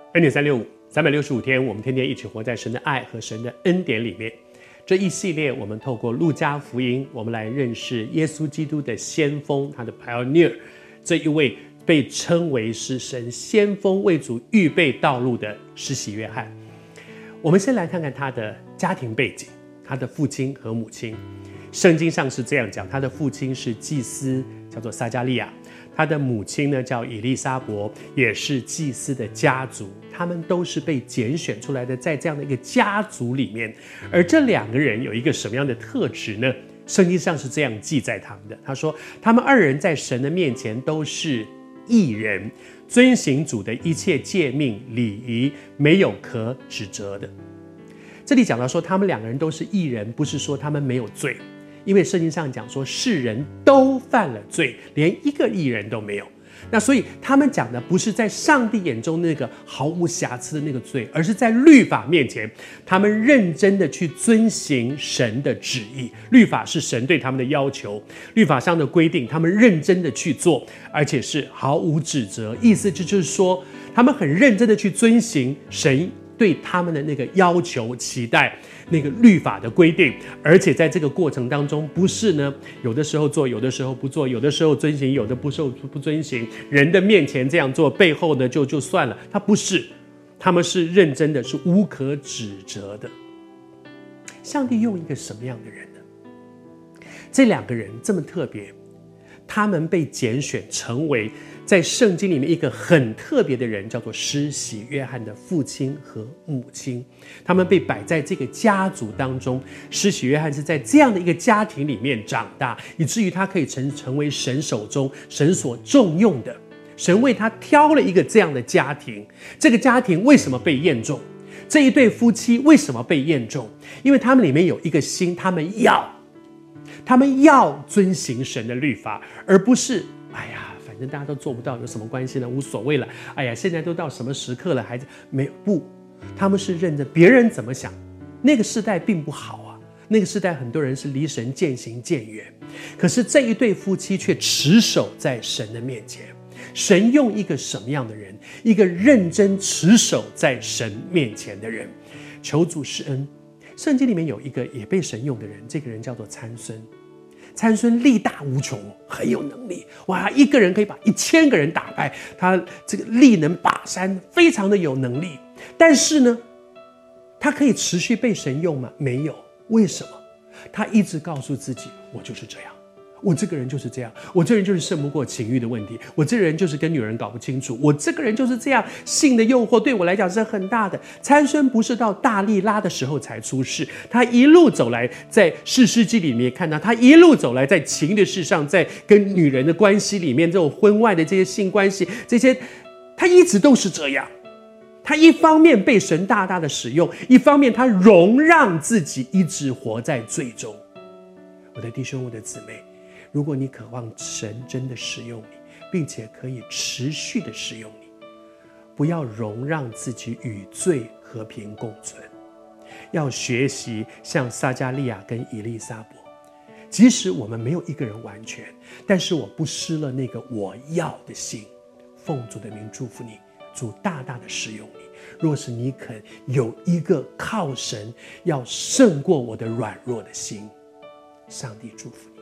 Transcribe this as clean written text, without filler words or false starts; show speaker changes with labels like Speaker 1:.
Speaker 1: 恩典365，365天，我们天天一起活在神的爱和神的恩典里面。这一系列，我们透过路加福音，我们来认识耶稣基督的先锋，他的 pioneer， 这一位被称为是神先锋为主预备道路的施洗约翰。我们先来看看他的家庭背景，他的父亲和母亲。圣经上是这样讲，他的父亲是祭司，叫做撒迦利亚。他的母亲呢叫以利沙伯，也是祭司的家族，他们都是被拣选出来的，在这样的一个家族里面。而这两个人有一个什么样的特质呢？圣经上是这样记载他们的，他说他们二人在神的面前都是义人，遵行主的一切诫命礼仪，没有可指责的。这里讲到说他们两个人都是义人，不是说他们没有罪，因为圣经上讲说世人都犯了罪，连一个义人都没有。那所以他们讲的不是在上帝眼中那个毫无瑕疵的那个罪，而是在律法面前他们认真的去遵行神的旨意。律法是神对他们的要求，律法上的规定他们认真的去做，而且是毫无指责。意思就是说他们很认真的去遵行神对他们的那个要求期待，那个律法的规定。而且在这个过程当中，不是呢有的时候做，有的时候不做，有的时候遵行，有的不遵行，人的面前这样做，背后呢就算了。他不是，他们是认真的，是无可指责的。上帝用一个什么样的人呢？这两个人这么特别，他们被拣选成为在圣经里面一个很特别的人，叫做施洗约翰的父亲和母亲。他们被摆在这个家族当中，施洗约翰是在这样的一个家庭里面长大，以至于他可以成为神手中神所重用的。神为他挑了一个这样的家庭。这个家庭为什么被验中？这一对夫妻为什么被验中？因为他们里面有一个心，他们要遵行神的律法，而不是反正大家都做不到，有什么关系呢？无所谓了。现在都到什么时刻了，还没有？不，他们是认着别人怎么想。那个时代并不好啊，那个时代很多人是离神渐行渐远。可是这一对夫妻却持守在神的面前。神用一个什么样的人？一个认真持守在神面前的人。求主施恩。圣经里面有一个也被神用的人，这个人叫做参孙。参孙力大无穷，很有能力，一个人可以把1000个人打败，他这个力能拔山，非常的有能力。但是呢，他可以持续被神用吗？没有。为什么？他一直告诉自己，我就是这样，我这个人就是这样，我这人就是胜不过情欲的问题，我这个人就是跟女人搞不清楚，我这个人就是这样，性的诱惑对我来讲是很大的。参孙不是到大利拉的时候才出世，他一路走来，在士师记里面看到他一路走来，在情的事上，在跟女人的关系里面，这种婚外的这些性关系，这些他一直都是这样。他一方面被神大大的使用，一方面他容让自己一直活在罪中。我的弟兄，我的姊妹，如果你渴望神真的使用你，并且可以持续的使用你，不要容让自己与罪和平共存，要学习像撒迦利亚跟以利沙伯。即使我们没有一个人完全，但是我不失了那个我要的心。奉主的名祝福你，主大大的使用你。若是你肯有一个靠神要胜过我的软弱的心，上帝祝福你。